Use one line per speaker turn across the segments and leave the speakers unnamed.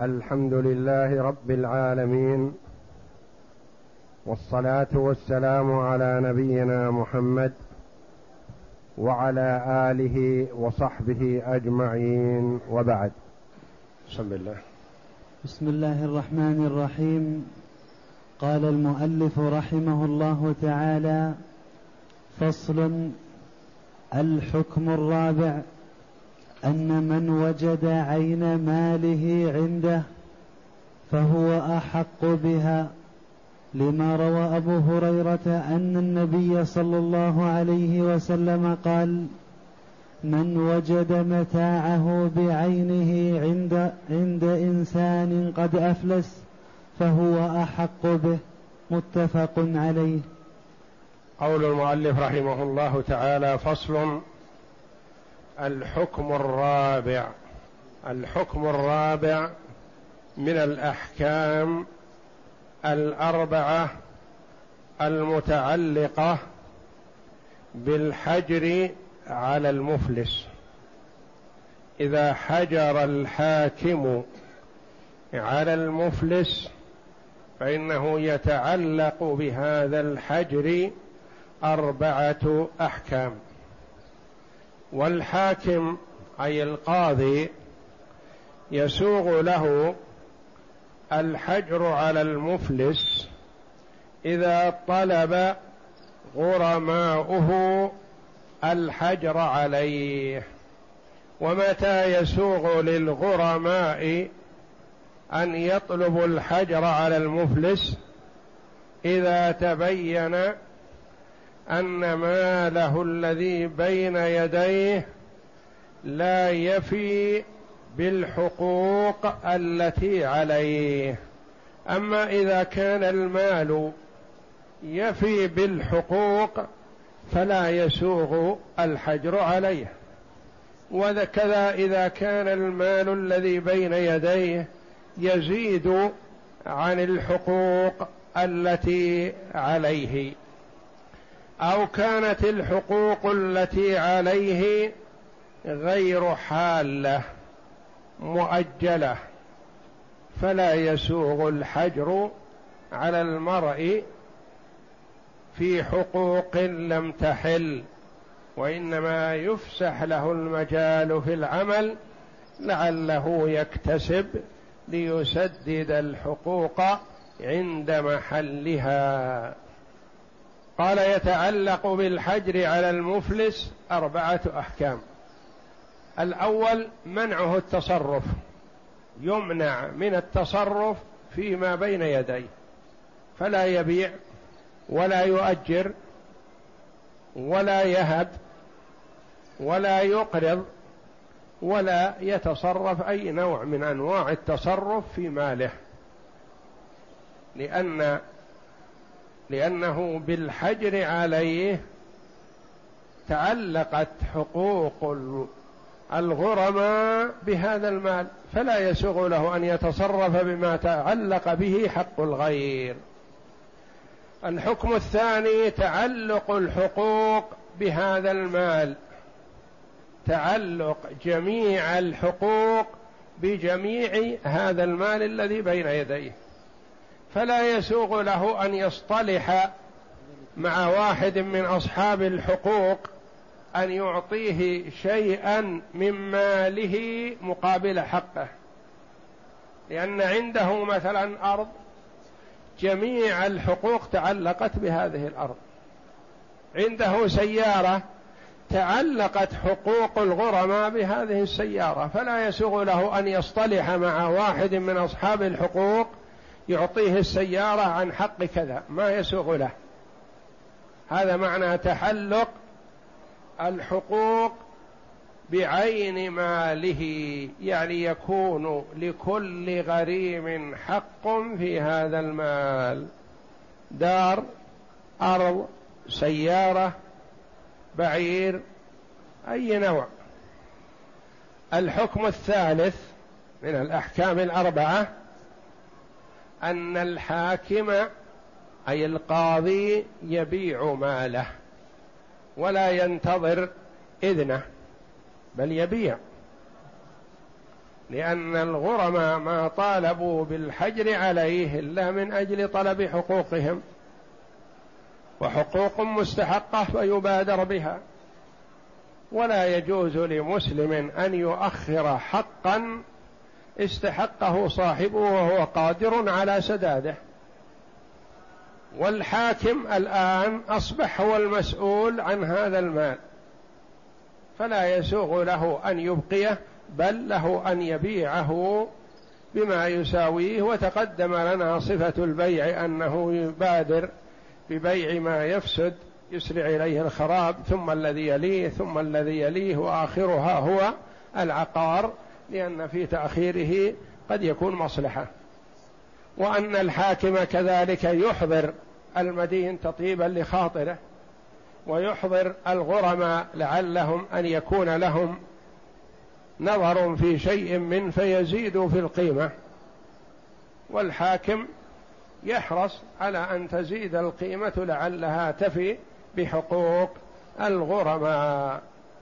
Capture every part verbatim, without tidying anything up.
الحمد لله رب العالمين، والصلاة والسلام على نبينا محمد وعلى آله وصحبه أجمعين، وبعد. بسم الله.
بسم الله الرحمن الرحيم. قال المؤلف رحمه الله تعالى: فصل. الحكم الرابع أن من وجد عين ماله عنده فهو أحق بها، لما روى أبو هريرة أن النبي صلى الله عليه وسلم قال: من وجد متاعه بعينه عند, عند إنسان قد أفلس فهو أحق به، متفق عليه.
قول المؤلف رحمه الله تعالى: فصل. الحكم الرابع. الحكم الرابع من الأحكام الأربعة المتعلقة بالحجر على المفلس. إذا حجر الحاكم على المفلس فإنه يتعلق بهذا الحجر أربعة أحكام. والحاكم أي القاضي يسوغ له الحجر على المفلس إذا طلب غرماؤه الحجر عليه. ومتى يسوغ للغرماء أن يطلبوا الحجر على المفلس؟ إذا تبين أن ماله الذي بين يديه لا يفي بالحقوق التي عليه. أما إذا كان المال يفي بالحقوق فلا يسوغ الحجر عليه. وكذا إذا كان المال الذي بين يديه يزيد عن الحقوق التي عليه، أو كانت الحقوق التي عليه غير حالة مؤجلة، فلا يسوغ الحجر على المرء في حقوق لم تحل، وإنما يفسح له المجال في العمل لعله يكتسب ليسدد الحقوق عند محلها. قال: يتعلق بالحجر على المفلس أربعة أحكام. الأول منعه التصرف، يمنع من التصرف فيما بين يديه، فلا يبيع ولا يؤجر ولا يهب ولا يقرض ولا يتصرف أي نوع من أنواع التصرف في ماله، لأن لأنه بالحجر عليه تعلقت حقوق الغرماء بهذا المال، فلا يسوغ له أن يتصرف بما تعلق به حق الغير. الحكم الثاني تعلق الحقوق بهذا المال، تعلق جميع الحقوق بجميع هذا المال الذي بين يديه، فلا يسوغ له أن يصطلح مع واحد من أصحاب الحقوق أن يعطيه شيئا من ماله مقابل حقه، لأن عنده مثلا أرض جميع الحقوق تعلقت بهذه الأرض، عنده سيارة تعلقت حقوق الغرماء بهذه السيارة، فلا يسوغ له أن يصطلح مع واحد من أصحاب الحقوق يعطيه السيارة عن حق كذا، ما يسوغ له. هذا معنى تحلق الحقوق بعين ماله، يعني يكون لكل غريم حق في هذا المال، دار، أرض، سيارة، بعير، أي نوع. الحكم الثالث من الأحكام الأربعة أن الحاكم أي القاضي يبيع ماله ولا ينتظر إذنه، بل يبيع. لأن الغرماء ما طالبوا بالحجر عليه إلا من أجل طلب حقوقهم، وحقوق مستحقة فيبادر بها، ولا يجوز لمسلم أن يؤخر حقا استحقه صاحبه وهو قادر على سداده. والحاكم الآن أصبح هو المسؤول عن هذا المال، فلا يسوغ له أن يبقيه، بل له أن يبيعه بما يساويه. وتقدم لنا صفة البيع أنه يبادر ببيع ما يفسد يسرع إليه الخراب، ثم الذي يليه ثم الذي يليه، وآخرها هو العقار، لأن في تأخيره قد يكون مصلحة. وأن الحاكم كذلك يحضر المدين تطيبا لخاطره، ويحضر الغرماء لعلهم أن يكون لهم نظر في شيء من فيزيدوا في القيمة، والحاكم يحرص على أن تزيد القيمة لعلها تفي بحقوق الغرماء.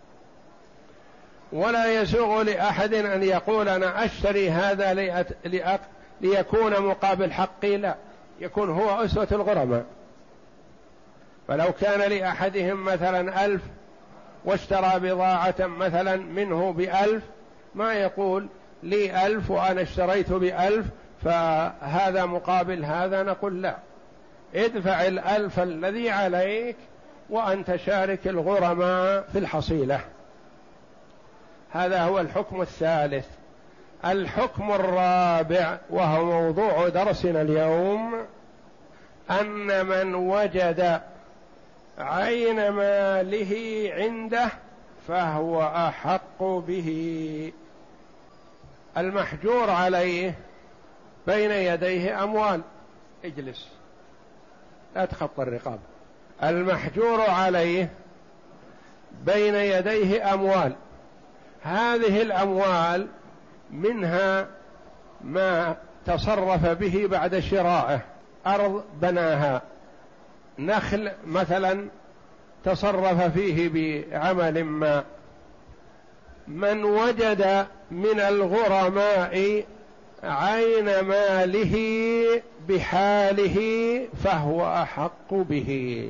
ولا يسوغ لأحد أن يقول أنا أشتري هذا لأك... ليكون مقابل حقي، لا، يكون هو أسوة الغرماء. فلو كان لأحدهم مثلا ألف واشترى بضاعة مثلا منه بألف، ما يقول لي ألف وأنا اشتريت بألف فهذا مقابل هذا، نقول لا، ادفع الألف الذي عليك وأنت شارك الغرماء في الحصيلة. هذا هو الحكم الثالث. الحكم الرابع وهو موضوع درسنا اليوم، أن من وجد عين ماله عنده فهو أحق به. المحجور عليه بين يديه أموال، اجلس لا تخط الرقاب. المحجور عليه بين يديه أموال، هذه الأموال منها ما تصرف به بعد شرائه، أرض بناها، نخل مثلا تصرف فيه بعمل ما. من وجد من الغرماء عين ماله بحاله فهو أحق به،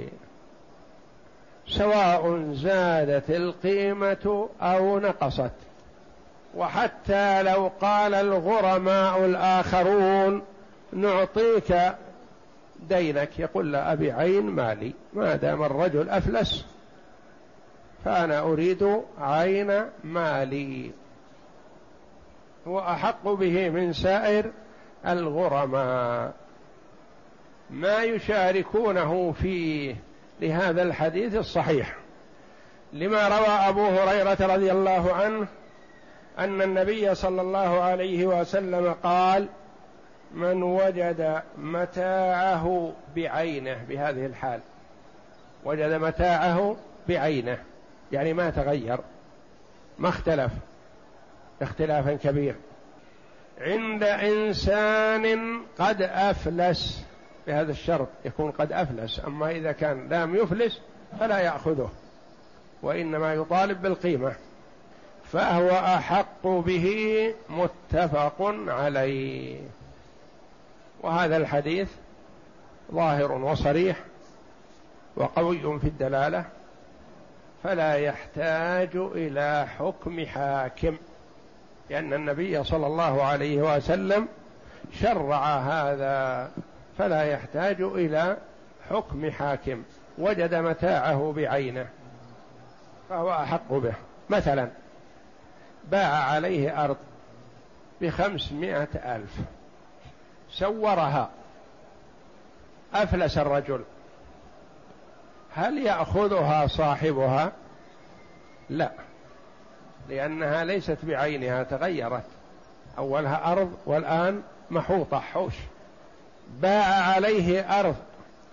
سواء زادت القيمة أو نقصت. وحتى لو قال الغرماء الآخرون نعطيك دينك، يقول لا، أبي عين مالي، ما دام الرجل أفلس فأنا أريد عين مالي. هو أحق به من سائر الغرماء، ما يشاركونه فيه، لهذا الحديث الصحيح لما روى أبو هريرة رضي الله عنه أن النبي صلى الله عليه وسلم قال: من وجد متاعه بعينه، بهذه الحال وجد متاعه بعينه يعني ما تغير، ما اختلف اختلافا كبير، عند إنسان قد أفلس، بهذا الشرط يكون قد أفلس، أما إذا كان لم يفلس فلا يأخذه وإنما يطالب بالقيمة، فهو أحق به، متفق عليه. وهذا الحديث ظاهر وصريح وقوي في الدلالة، فلا يحتاج إلى حكم حاكم، لأن النبي صلى الله عليه وسلم شرع هذا، فلا يحتاج إلى حكم حاكم. وجد متاعه بعينه فهو أحق به. مثلا باع عليه أرض بخمسمائة ألف، سورها، أفلس الرجل، هل يأخذها صاحبها؟ لا، لأنها ليست بعينها، تغيرت، أولها أرض والآن محوطة حوش. باع عليه أرض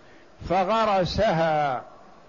فغرسها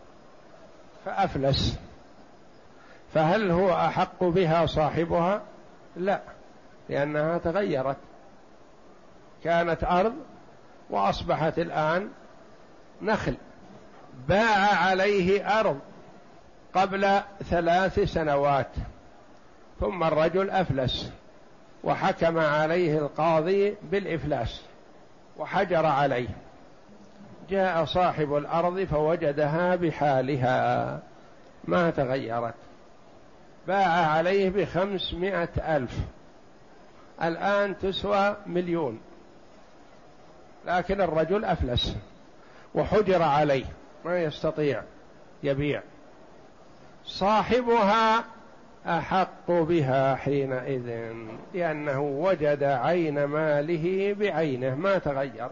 فأفلس، فهل هو أحق بها صاحبها؟ لا، لأنها تغيرت، كانت أرض وأصبحت الآن نخل. باع عليه أرض قبل ثلاث سنوات ثم الرجل أفلس، وحكم عليه القاضي بالإفلاس وحجر عليه، جاء صاحب الأرض فوجدها بحالها ما تغيرت، باع عليه بخمسمائة ألف، الآن تسوى مليون، لكن الرجل أفلس وحجر عليه ما يستطيع يبيع. صاحبها أحق بها حينئذ، لأنه وجد عين ماله بعينه ما تغير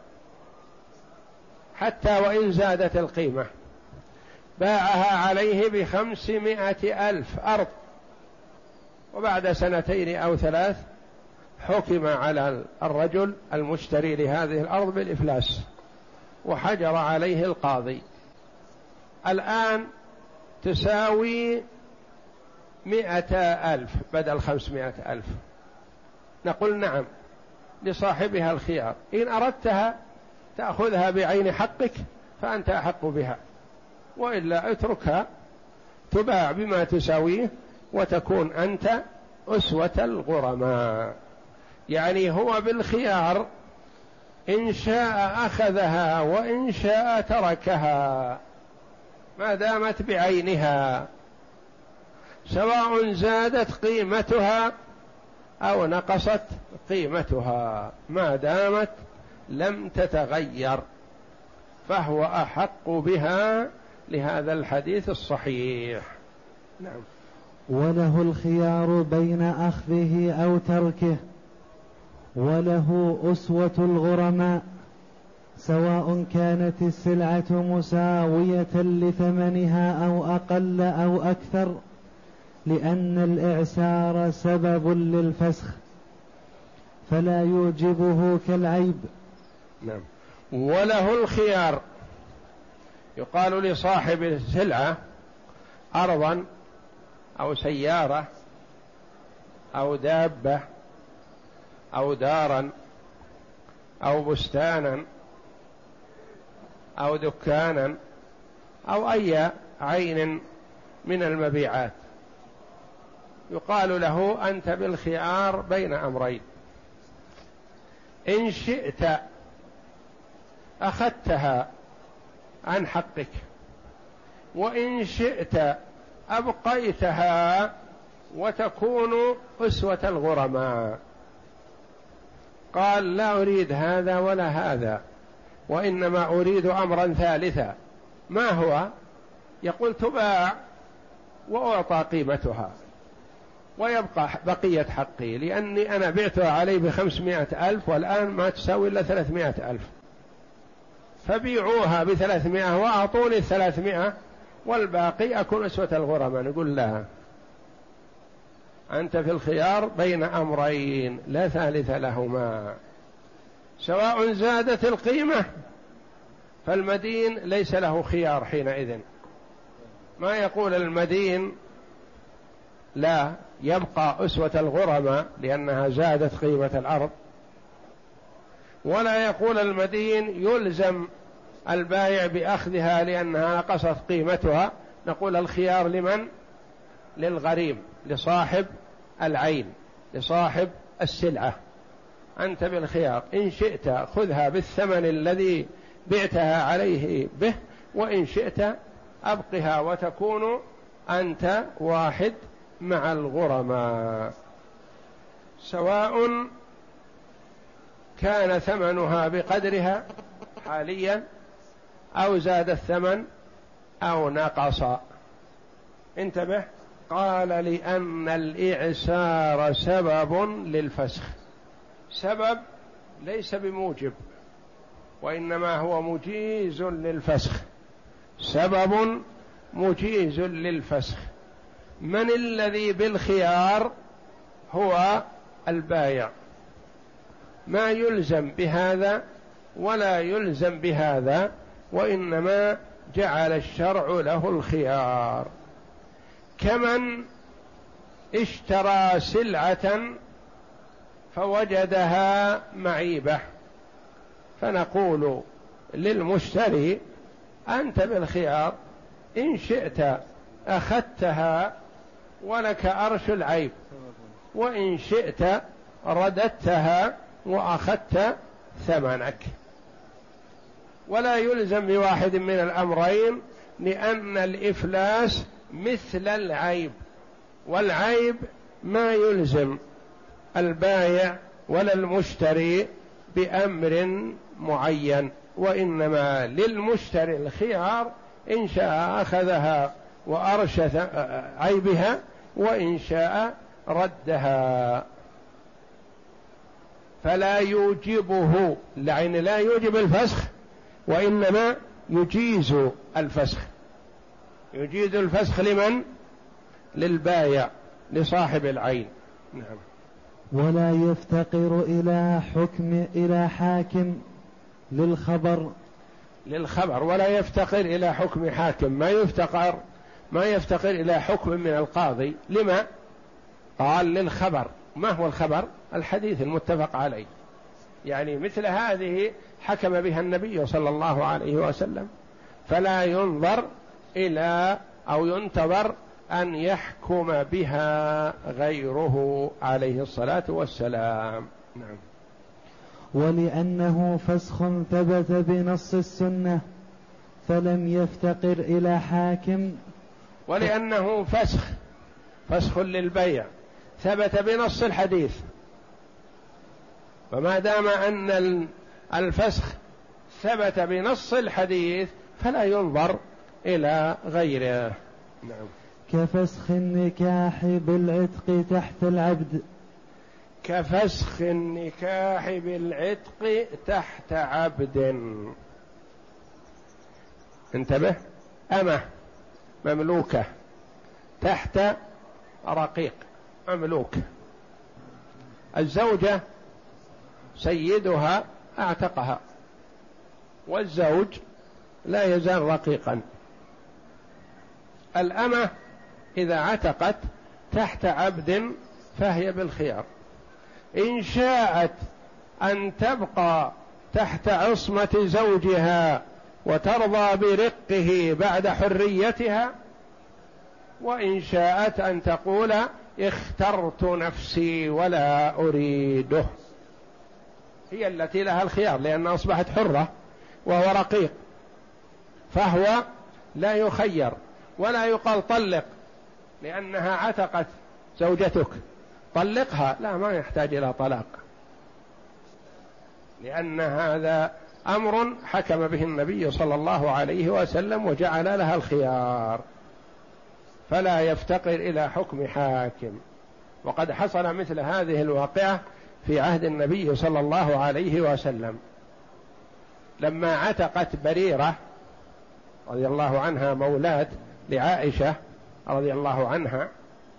حتى وإن زادت القيمة. باعها عليه بخمسمائة ألف أرض، وبعد سنتين أو ثلاث حكم على الرجل المشتري لهذه الأرض بالإفلاس وحجر عليه القاضي، الآن تساوي مئة ألف بدل خمسمائة ألف. نقول نعم، لصاحبها الخيار، إن أردتها تأخذها بعين حقك فأنت أحق بها، وإلا اتركها تباع بما تساويه وتكون أنت أسوة الغرماء. يعني هو بالخيار، إن شاء أخذها وإن شاء تركها ما دامت بعينها، سواء زادت قيمتها أو نقصت قيمتها، ما دامت لم تتغير فهو أحق بها لهذا الحديث الصحيح. نعم.
وله الخيار بين أخذه أو تركه، وله أسوة الغرماء، سواء كانت السلعة مساوية لثمنها أو أقل أو أكثر، لأن الإعسار سبب للفسخ فلا يوجبه كالعيب.
نعم. وله الخيار، يقال لصاحب السلعة أرضا أو سيارة أو دابة أو دارا أو بستانا أو دكانا أو أي عين من المبيعات، يقال له أنت بالخيار بين أمرين، إن شئت أخذتها عن حقك، وإن شئت أبقيتها وتكون أسوة الغرماء. قال لا أريد هذا ولا هذا، وإنما أريد أمرا ثالثا. ما هو؟ يقول تباع وأعطى قيمتها ويبقى بقية حقي، لأني أنا بعتها عليه بخمسمائة ألف والآن ما تساوي إلا ثلاثمائة ألف، فبيعوها بثلاثمائة وأعطوني الثلاثمائة والباقي أكون أسوة الغرماء. نقول لا، أنت في الخيار بين أمرين لا ثالث لهما، سواء زادت القيمة فالمدين ليس له خيار حينئذ، ما يقول المدين لا يبقى أسوة الغرماء لأنها زادت قيمة الأرض، ولا يقول المدين يلزم البائع بأخذها لأنها نقصت قيمتها. نقول الخيار لمن؟ للغريم، لصاحب العين، لصاحب السلعة. أنت بالخيار، إن شئت خذها بالثمن الذي بعتها عليه به، وإن شئت أبقها وتكون أنت واحد مع الغرماء، سواء كان ثمنها بقدرها حاليا أو زاد الثمن أو نقص. انتبه، قال لأن الإعسار سبب للفسخ، سبب ليس بموجب وإنما هو مجيز للفسخ، سبب مجيز للفسخ. من الذي بالخيار؟ هو البائع، ما يلزم بهذا ولا يلزم بهذا، وإنما جعل الشرع له الخيار. كمن اشترى سلعة فوجدها معيبة، فنقول للمشتري أنت بالخيار، إن شئت أخذتها ولك أرش العيب، وإن شئت رددتها وأخذت ثمنك. ولا يلزم بواحد من الأمرين، لأن الإفلاس مثل العيب، والعيب ما يلزم البائع ولا المشتري بأمر معين، وإنما للمشتري الخيار، إن شاء أخذها وأرشد عيبها، وإن شاء ردها. فلا يوجبه، لأن لا يوجب الفسخ، وإنما يجيز الفسخ. يجيز الفسخ لمن؟ للبائع، لصاحب العين. نعم.
ولا يفتقر إلى حكم إلى حاكم للخبر
للخبر ولا يفتقر إلى حكم حاكم، ما يفتقر ما يفتقر إلى حكم من القاضي. لما؟ قال للخبر. ما هو الخبر؟ الحديث المتفق عليه، يعني مثل هذه حكم بها النبي صلى الله عليه وسلم، فلا ينظر إلى أو ينتظر أن يحكم بها غيره عليه الصلاة والسلام. نعم.
ولأنه فسخ ثبت بنص السنة فلم يفتقر إلى حاكم.
ولأنه فسخ فسخ للبيع ثبت بنص الحديث، فما دام أن الفسخ ثبت بنص الحديث فلا ينظر إلى غيره. نعم.
كفسخ النكاح بالعتق تحت العبد.
كفسخ النكاح بالعتق تحت عبد. انتبه، أمة مملوكة تحت رقيق مملوك، الزوجة سيدها اعتقها، والزوج لا يزال رقيقا. الأمة إذا عتقت تحت عبد فهي بالخيار، إن شاءت أن تبقى تحت عصمة زوجها وترضى برقه بعد حريتها، وإن شاءت أن تقول اخترت نفسي ولا أريده. هي التي لها الخيار، لأن أصبحت حرة وهو رقيق، فهو لا يخير ولا يقال طلق لأنها عتقت زوجتك، طلقها، لا، ما يحتاج إلى طلاق، لأن هذا أمر حكم به النبي صلى الله عليه وسلم وجعل لها الخيار، فلا يفتقر إلى حكم حاكم. وقد حصل مثل هذه الواقعة في عهد النبي صلى الله عليه وسلم لما عتقت بريرة رضي الله عنها مولاة لعائشة رضي الله عنها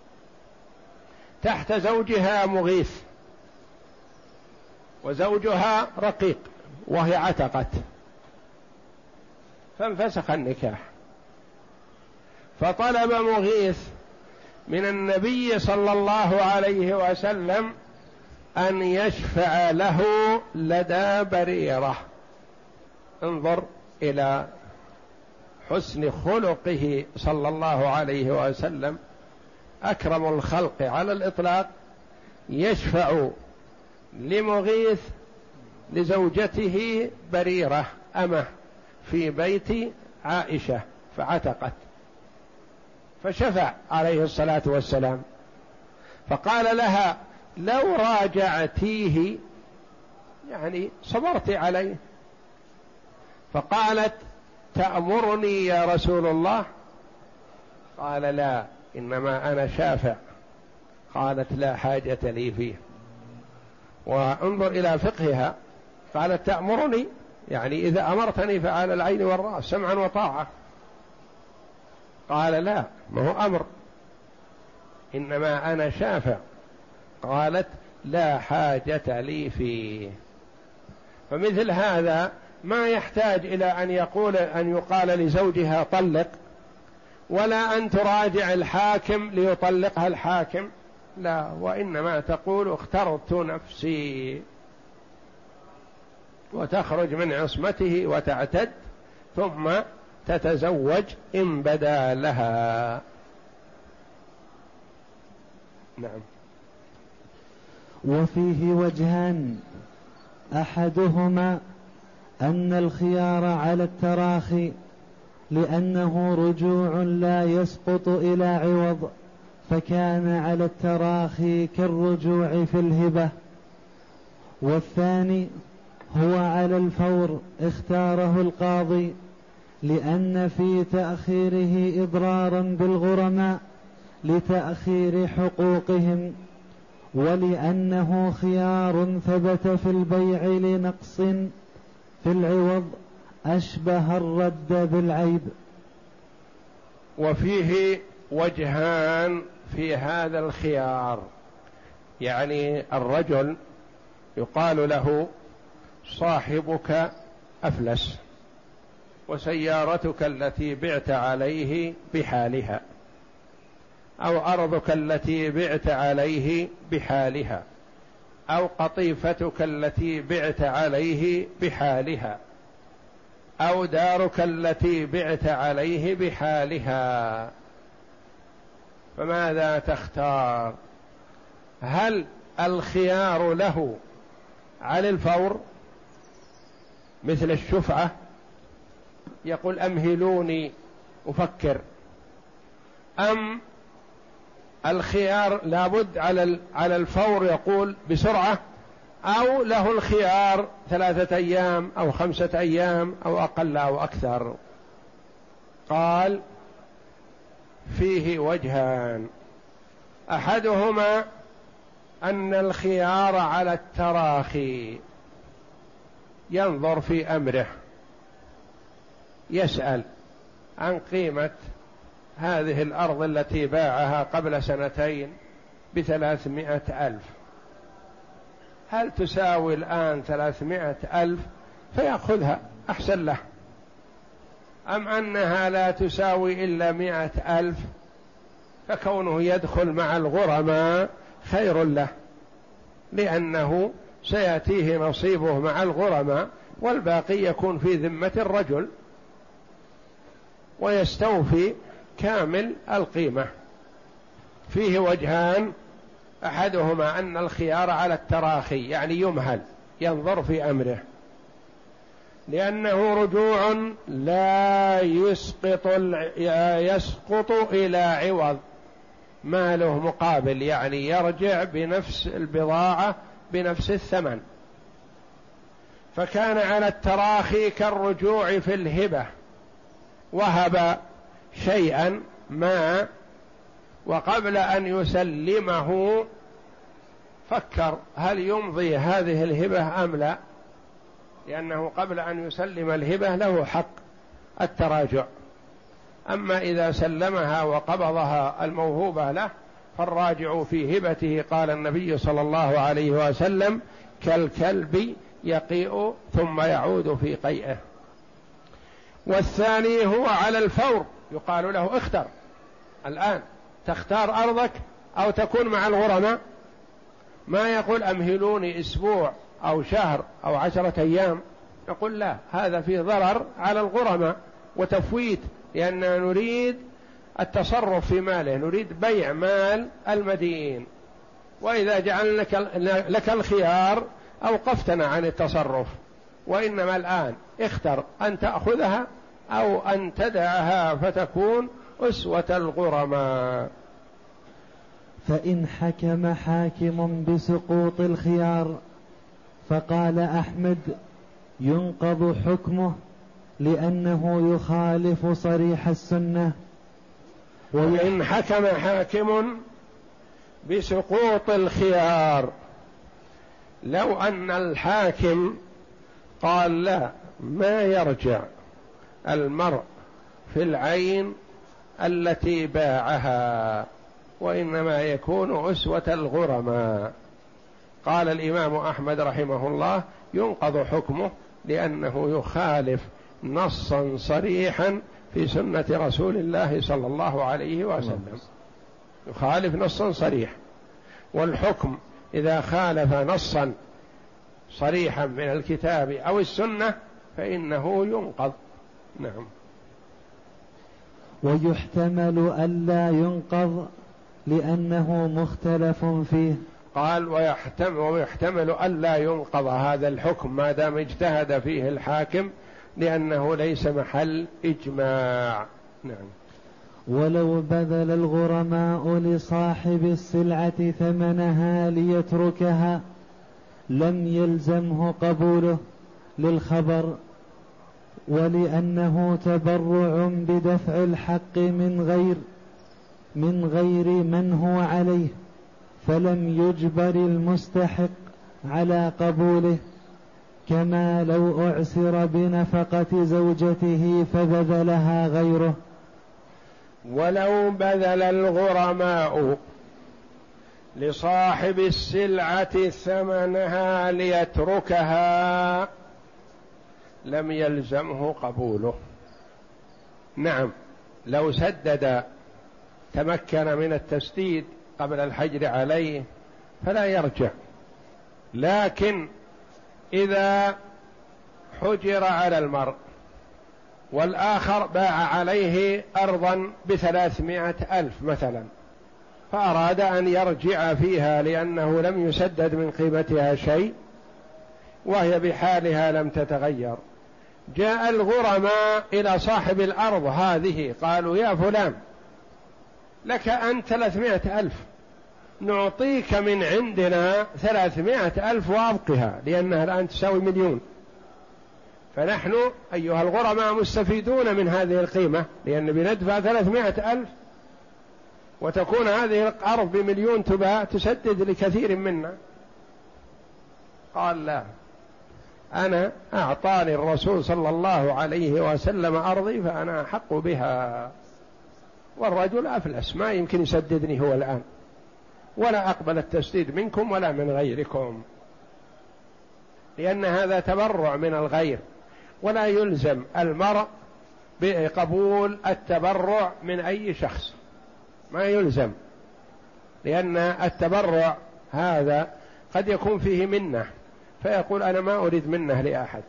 تحت زوجها مغيث، وزوجها رقيق وهي عتقت، فانفسخ النكاح، فطلب مغيث من النبي صلى الله عليه وسلم أن يشفع له لدى بريرة. انظر إلى حسن خلقه صلى الله عليه وسلم، أكرم الخلق على الإطلاق، يشفع لمغيث لزوجته بريرة أمه في بيت عائشة فعتقت، فشفع عليه الصلاة والسلام، فقال لها لو راجعتيه يعني صبرت عليه، فقالت تأمرني يا رسول الله؟ قال لا، إنما أنا شافع. قالت لا حاجة لي فيه. وانظر إلى فقهها، قالت تأمرني يعني إذا أمرتني فعلى العين والرأس سمعا وطاعة. قال لا، ما هو أمر، إنما أنا شافع. قالت لا حاجة لي فيه. فمثل هذا ما يحتاج إلى أن يقول أن يقال لزوجها طلق، ولا أن تراجع الحاكم ليطلقها الحاكم، لا، وإنما تقول اخترت نفسي، وتخرج من عصمته وتعتد، ثم تتزوج إن بدا لها. نعم.
وفيه وجهان: أحدهما أن الخيار على التراخي لأنه رجوع لا يسقط إلى عوض، فكان على التراخي كالرجوع في الهبة. والثاني هو على الفور اختاره القاضي لأن في تأخيره إضرارا بالغرماء لتأخير حقوقهم، ولأنه خيار ثبت في البيع لنقص في العوض أشبه الرد بالعيب.
وفيه وجهان في هذا الخيار، يعني الرجل يقال له صاحبك أفلس وسيارتك التي بعت عليه بحالها، أو أرضك التي بعت عليه بحالها، أو قطيفتك التي بعت عليه بحالها، أو دارك التي بعت عليه بحالها، فماذا تختار؟ هل الخيار له على الفور مثل الشفعة، يقول أمهلوني أفكر، أم الخيار لابد على على الفور يقول بسرعة، أو له الخيار ثلاثة أيام أو خمسة أيام أو أقل أو أكثر؟ قال فيه وجهان: أحدهما أن الخيار على التراخي، ينظر في أمره، يسأل عن قيمة هذه الأرض التي باعها قبل سنتين بثلاثمائة ألف، هل تساوي الآن ثلاثمائة ألف فيأخذها أحسن له، أم أنها لا تساوي إلا مائة ألف فكونه يدخل مع الغرماء خير له، لأنه سيأتيه نصيبه مع الغرماء والباقي يكون في ذمة الرجل ويستوفي كامل القيمة. فيه وجهان: أحدهما أن الخيار على التراخي، يعني يمهل، ينظر في أمره، لأنه رجوع لا يسقط يسقط إلى عوض، ما له مقابل، يعني يرجع بنفس البضاعة بنفس الثمن، فكان على التراخي كالرجوع في الهبة، وهب شيئا ما وقبل أن يسلمه فكر هل يمضي هذه الهبة أم لا، لأنه قبل أن يسلم الهبة له حق التراجع، أما إذا سلمها وقبضها الموهوبة له فالراجع في هبته، قال النبي صلى الله عليه وسلم: كالكلب يقيء ثم يعود في قيئه. والثاني هو على الفور، يقال له اختر الآن، تختار أرضك أو تكون مع الغرماء، ما يقول أمهلوني أسبوع أو شهر أو عشرة أيام، يقول لا، هذا فيه ضرر على الغرماء وتفويت، لأننا نريد التصرف في ماله، نريد بيع مال المدين، وإذا جعلنا لك الخيار أوقفتنا عن التصرف، وإنما الآن اختر أن تأخذها أو أن تدعها فتكون أسوة الغرماء.
فإن حكم حاكم بسقوط الخيار فقال أحمد: ينقض حكمه لأنه يخالف صريح السنة.
وإن حكم حاكم بسقوط الخيار، لو أن الحاكم قال لا، ما يرجع المرء في العين التي باعها، وإنما يكون أسوة الغرماء، قال الإمام أحمد رحمه الله: ينقض حكمه لأنه يخالف نصا صريحا في سنة رسول الله صلى الله عليه وسلم، يخالف نصا صريح، والحكم إذا خالف نصا صريحا من الكتاب أو السنة فإنه ينقض. نعم.
ويحتمل ألا ينقض لأنه مختلف فيه.
قال ويحتمل, ويحتمل ألا ينقض هذا الحكم ما دام اجتهد فيه الحاكم لأنه ليس محل إجماع. نعم.
ولو بذل الغرماء لصاحب السلعة ثمنها ليتركها لم يلزمه قبوله للخبر، ولأنه تبرع بدفع الحق من غير من غير من هو عليه، فلم يجبر المستحق على قبوله، كما لو أعسر بنفقة زوجته فبذلها غيره.
ولو بذل الغرماء لصاحب السلعة ثمنها ليتركها لم يلزمه قبوله. نعم، لو سدد تمكن من التسديد قبل الحجر عليه فلا يرجع، لكن إذا حجر على المرء والآخر باع عليه أرضا بثلاثمائة ألف مثلا، فأراد أن يرجع فيها لأنه لم يسدد من قيمتها شيء وهي بحالها لم تتغير، جاء الغرماء إلى صاحب الأرض هذه قالوا يا فلان لك أنت ثلاثمائة ألف، نعطيك من عندنا ثلاثمائة ألف وأبقها لأنها الآن تساوي مليون، فنحن أيها الغرماء مستفيدون من هذه القيمة لأن بندفع ثلاثمائة ألف وتكون هذه الأرض بمليون تباع تسدد لكثير منا. قال لا، أنا أعطاني الرسول صلى الله عليه وسلم أرضي فأنا أحق بها، والرجل أفلس ما يمكن يسددني هو الآن، ولا أقبل التسديد منكم ولا من غيركم، لأن هذا تبرع من الغير، ولا يلزم المرء بقبول التبرع من أي شخص، ما يلزم، لأن التبرع هذا قد يكون فيه منة فيقول أنا ما أريد منه لأحد.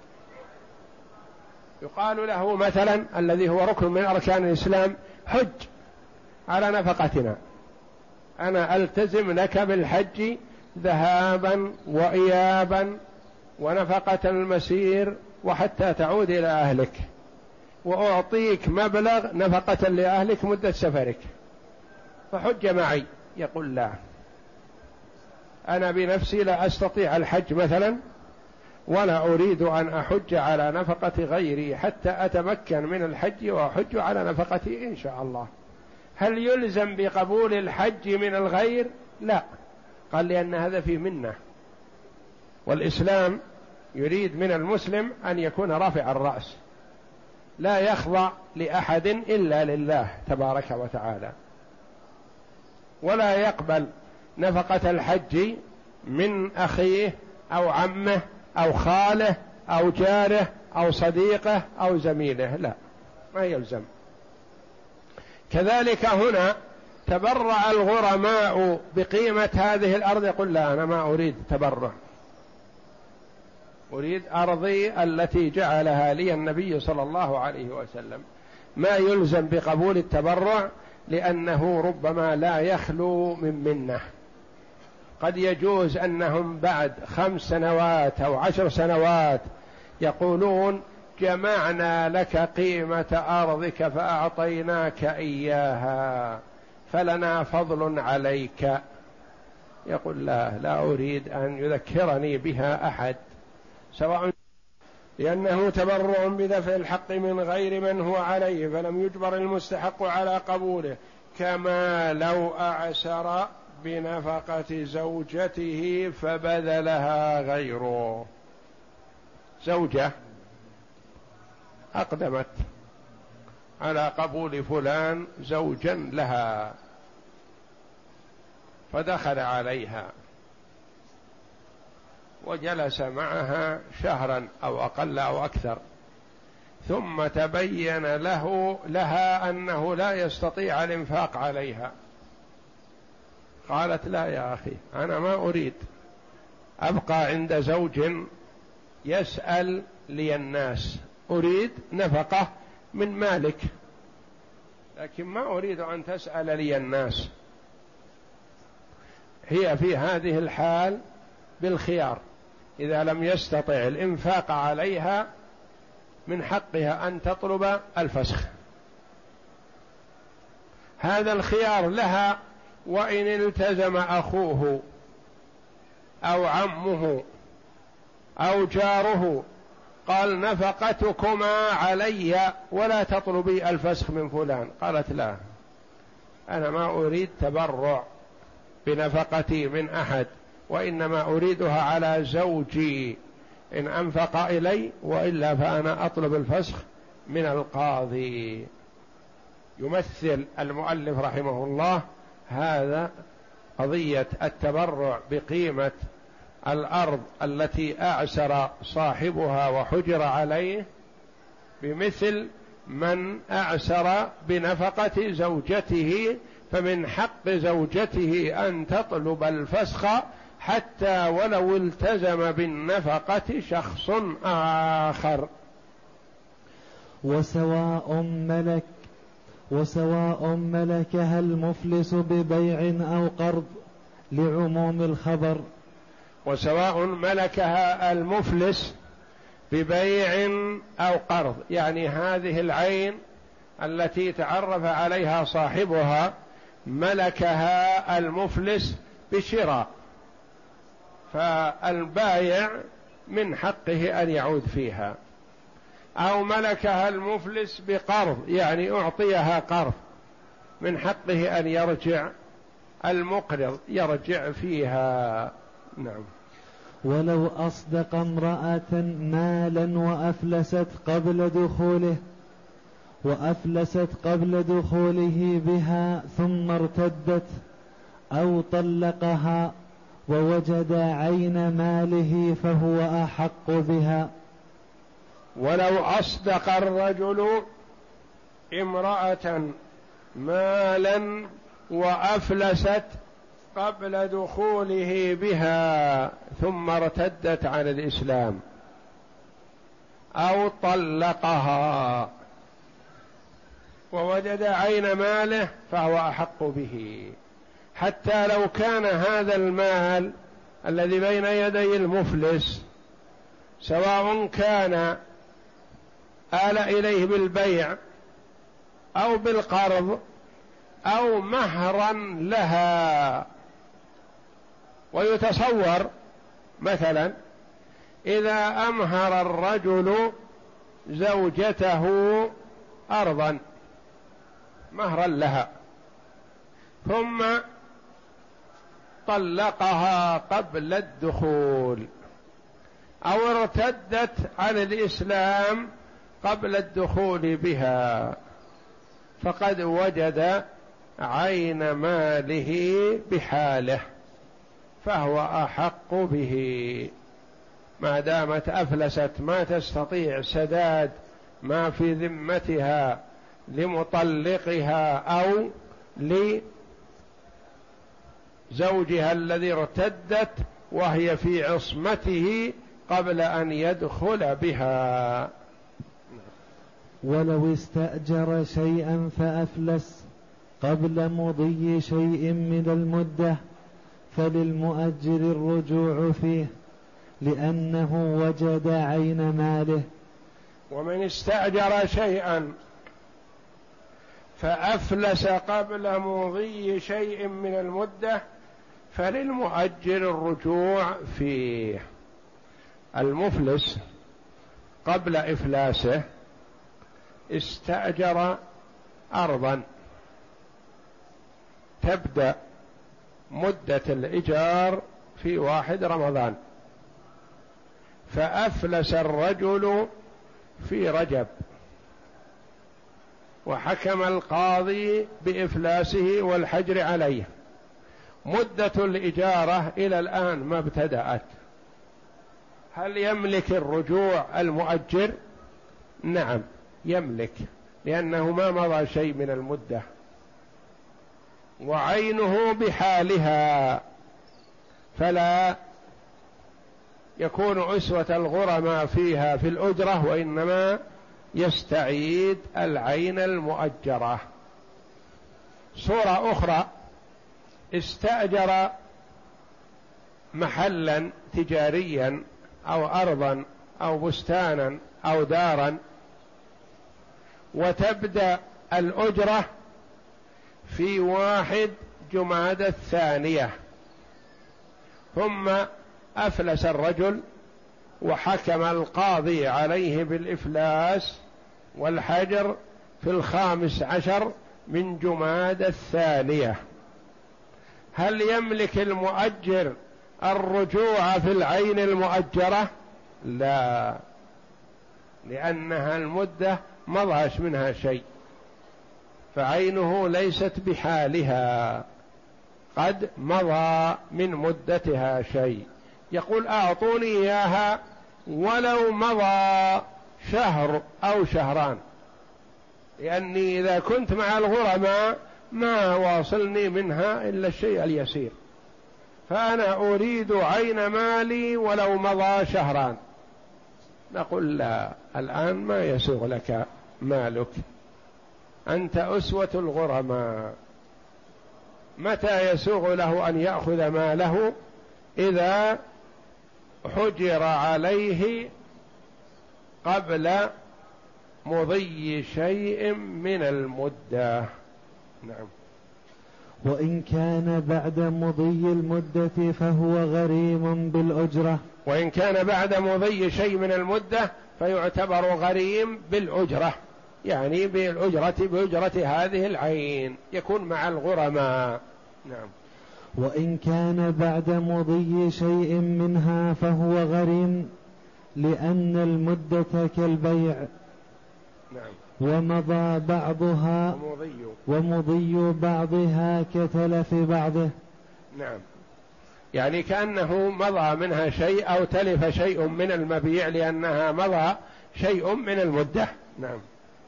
يقال له مثلا الذي هو ركن من أركان الإسلام حج على نفقتنا، أنا ألتزم لك بالحج ذهابا وإيابا ونفقة المسير وحتى تعود إلى أهلك، وأعطيك مبلغ نفقة لأهلك مدة سفرك، فحج معي. يقول لا، أنا بنفسي لا أستطيع الحج مثلا ولا أريد أن أحج على نفقة غيري حتى أتمكن من الحج وأحج على نفقتي إن شاء الله. هل يلزم بقبول الحج من الغير؟ لا، قال لأن هذا فيه منة، والإسلام يريد من المسلم أن يكون رافع الرأس لا يخضع لأحد إلا لله تبارك وتعالى، ولا يقبل نفقة الحج من أخيه أو عمه أو خاله أو جاره أو صديقه أو زميله، لا، ما يلزم. كذلك هنا تبرع الغرماء بقيمة هذه الأرض، يقول لا أنا ما أريد تبرع، أريد أرضي التي جعلها لي النبي صلى الله عليه وسلم، ما يلزم بقبول التبرع لأنه ربما لا يخلو من منه. قد يجوز أنهم بعد خمس سنوات أو عشر سنوات يقولون جمعنا لك قيمة أرضك فأعطيناك إياها فلنا فضل عليك، يقول لا لا أريد أن يذكرني بها أحد، سواء لأنه تبرع بدفع الحق من غير من هو عليه فلم يجبر المستحق على قبوله، كما لو أعسر بنفقة زوجته فبذلها غيره. زوجة أقدمت على قبول فلان زوجا لها فدخل عليها وجلس معها شهرا أو أقل أو أكثر، ثم تبين له لها أنه لا يستطيع الإنفاق عليها، قالت لا يا أخي أنا ما أريد أبقى عند زوج يسأل لي الناس، أريد نفقة من مالك لكن ما أريد أن تسأل لي الناس. هي في هذه الحال بالخيار، إذا لم يستطع الإنفاق عليها من حقها أن تطلب الفسخ. هذا الخيار لها وإن التزم أخوه أو عمه أو جاره قال نفقتكما علي ولا تطلبي الفسخ من فلان، قالت لا، أنا ما أريد تبرع بنفقتي من أحد، وإنما أريدها على زوجي، إن أنفق إلي وإلا فأنا أطلب الفسخ من القاضي. يمثل المؤلف رحمه الله هذا قضية التبرع بقيمة الأرض التي أعسر صاحبها وحجر عليه بمثل من أعسر بنفقة زوجته، فمن حق زوجته أن تطلب الفسخ حتى ولو التزم بالنفقة شخص آخر.
وسواء ملك وسواء ملكها المفلس ببيع أو قرض لعموم الخبر.
وسواء ملكها المفلس ببيع أو قرض، يعني هذه العين التي تعرف عليها صاحبها ملكها المفلس بشراء، فالبايع من حقه أن يعود فيها، أو ملكها المفلس بقرض، يعني أعطيها قرض من حقه أن يرجع المقرض يرجع فيها. نعم.
ولو أصدق امرأة مالا وأفلست قبل دخوله وأفلست قبل دخوله بها ثم ارتدت أو طلقها ووجد عين ماله فهو أحق بها.
ولو أصدق الرجل امرأة مالا وأفلست قبل دخوله بها ثم ارتدت عن الإسلام أو طلقها ووجد عين ماله فهو أحق به، حتى لو كان هذا المال الذي بين يدي المفلس سواء كان آل إليه بالبيع أو بالقرض أو مهرا لها. ويتصور مثلا إذا أمهر الرجل زوجته أرضا مهرا لها ثم طلقها قبل الدخول أو ارتدت عن الإسلام قبل الدخول بها، فقد وجد عين ماله بحاله فهو أحق به، ما دامت أفلست ما تستطيع سداد ما في ذمتها لمطلقها أو لزوجها الذي ارتدت وهي في عصمته قبل أن يدخل بها.
ولو استأجر شيئا فأفلس قبل مضي شيء من المدة فللمؤجر الرجوع فيه لأنه وجد عين ماله.
ومن استأجر شيئا فأفلس قبل مضي شيء من المدة فللمؤجر الرجوع فيه. المفلس قبل إفلاسه استأجر أرضا تبدأ مدة الإيجار في واحد رمضان، فأفلس الرجل في رجب وحكم القاضي بإفلاسه والحجر عليه، مدة الإجارة إلى الآن ما ابتدأت، هل يملك الرجوع المؤجر؟ نعم يملك، لأنه ما مضى شيء من المدة وعينه بحالها، فلا يكون أسوة الغرماء فيها في الأجرة، وإنما يستعيد العين المؤجرة. صورة أخرى استأجر محلا تجاريا أو أرضا أو بستانا أو دارا، وتبدأ الأجرة في واحد جمادى الثانية، ثم أفلس الرجل وحكم القاضي عليه بالإفلاس والحجر في الخامس عشر من جمادى الثانية، هل يملك المؤجر الرجوع في العين المؤجرة؟ لا، لأنها المدة مضاش منها شيء، فعينه ليست بحالها، قد مضى من مدتها شيء. يقول أعطوني إياها ولو مضى شهر أو شهران، لأني إذا كنت مع الغرماء ما واصلني منها إلا الشيء اليسير، فأنا أريد عين مالي ولو مضى شهران. نقول لا، الآن ما يسوغ لك مالك، أنت أسوة الغرماء. متى يسوغ له أن يأخذ ماله؟ إذا حجر عليه قبل مضي شيء من المدة. نعم.
وإن كان بعد مضي المدة فهو غريم بالأجرة.
وإن كان بعد مضي شيء من المدة فيعتبر غريم بالأجرة، يعني بالأجرة بأجرة هذه العين، يكون مع الغرماء. نعم.
وإن كان بعد مضي شيء منها فهو غريم، لأن المدة كالبيع.
نعم.
ومضى بعضها
ومضي,
ومضي بعضها كتلف بعضه.
نعم، يعني كأنه مضى منها شيء أو تلف شيء من المبيع لأنها مضى شيء من المدة. نعم.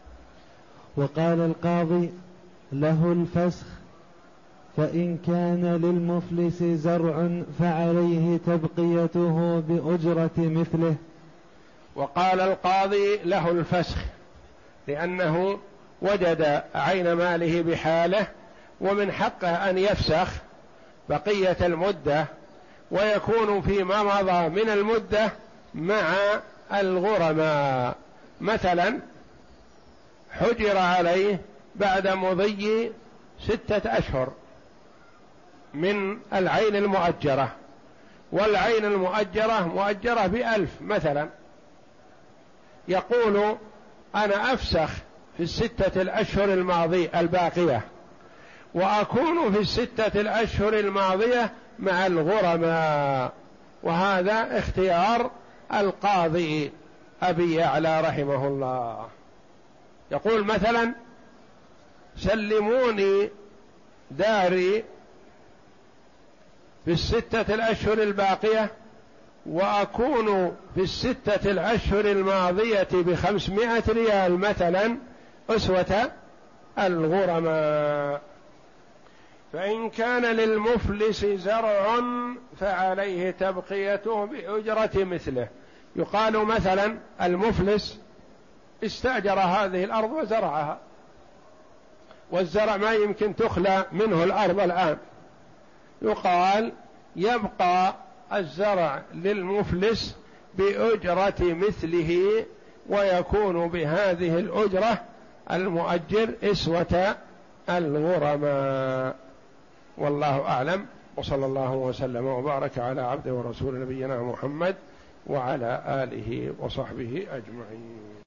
وقال القاضي له الفسخ، فإن كان للمفلس زرع فعليه تبقيته بأجرة مثله.
وقال القاضي له الفسخ لأنه وجد عين ماله بحاله، ومن حقه أن يفسخ بقية المدة ويكون فيما مضى من المدة مع الغرماء. مثلا حجر عليه بعد مضي ستة أشهر من العين المؤجرة، والعين المؤجرة مؤجرة بألف مثلا، يقول أنا أفسخ في الستة الأشهر الماضية الباقية وأكون في الستة الأشهر الماضية مع الغرماء، وهذا اختيار القاضي أبي يعلى رحمه الله. يقول مثلا سلموني داري في الستة الأشهر الباقية وأكون في الستة الأشهر الماضية بخمسمائة ريال مثلا أسوة الغرماء. فإن كان للمفلس زرع فعليه تبقيته بأجرة مثله. يقال مثلا المفلس استأجر هذه الأرض وزرعها، والزرع ما يمكن تخلى منه الأرض الآن، يقال يبقى الزرع للمفلس بأجرة مثله، ويكون بهذه الأجرة المؤجر أسوة الغرماء. والله أعلم، وصلى الله وسلم وبارك على عبده ورسول نبينا محمد وعلى آله وصحبه أجمعين.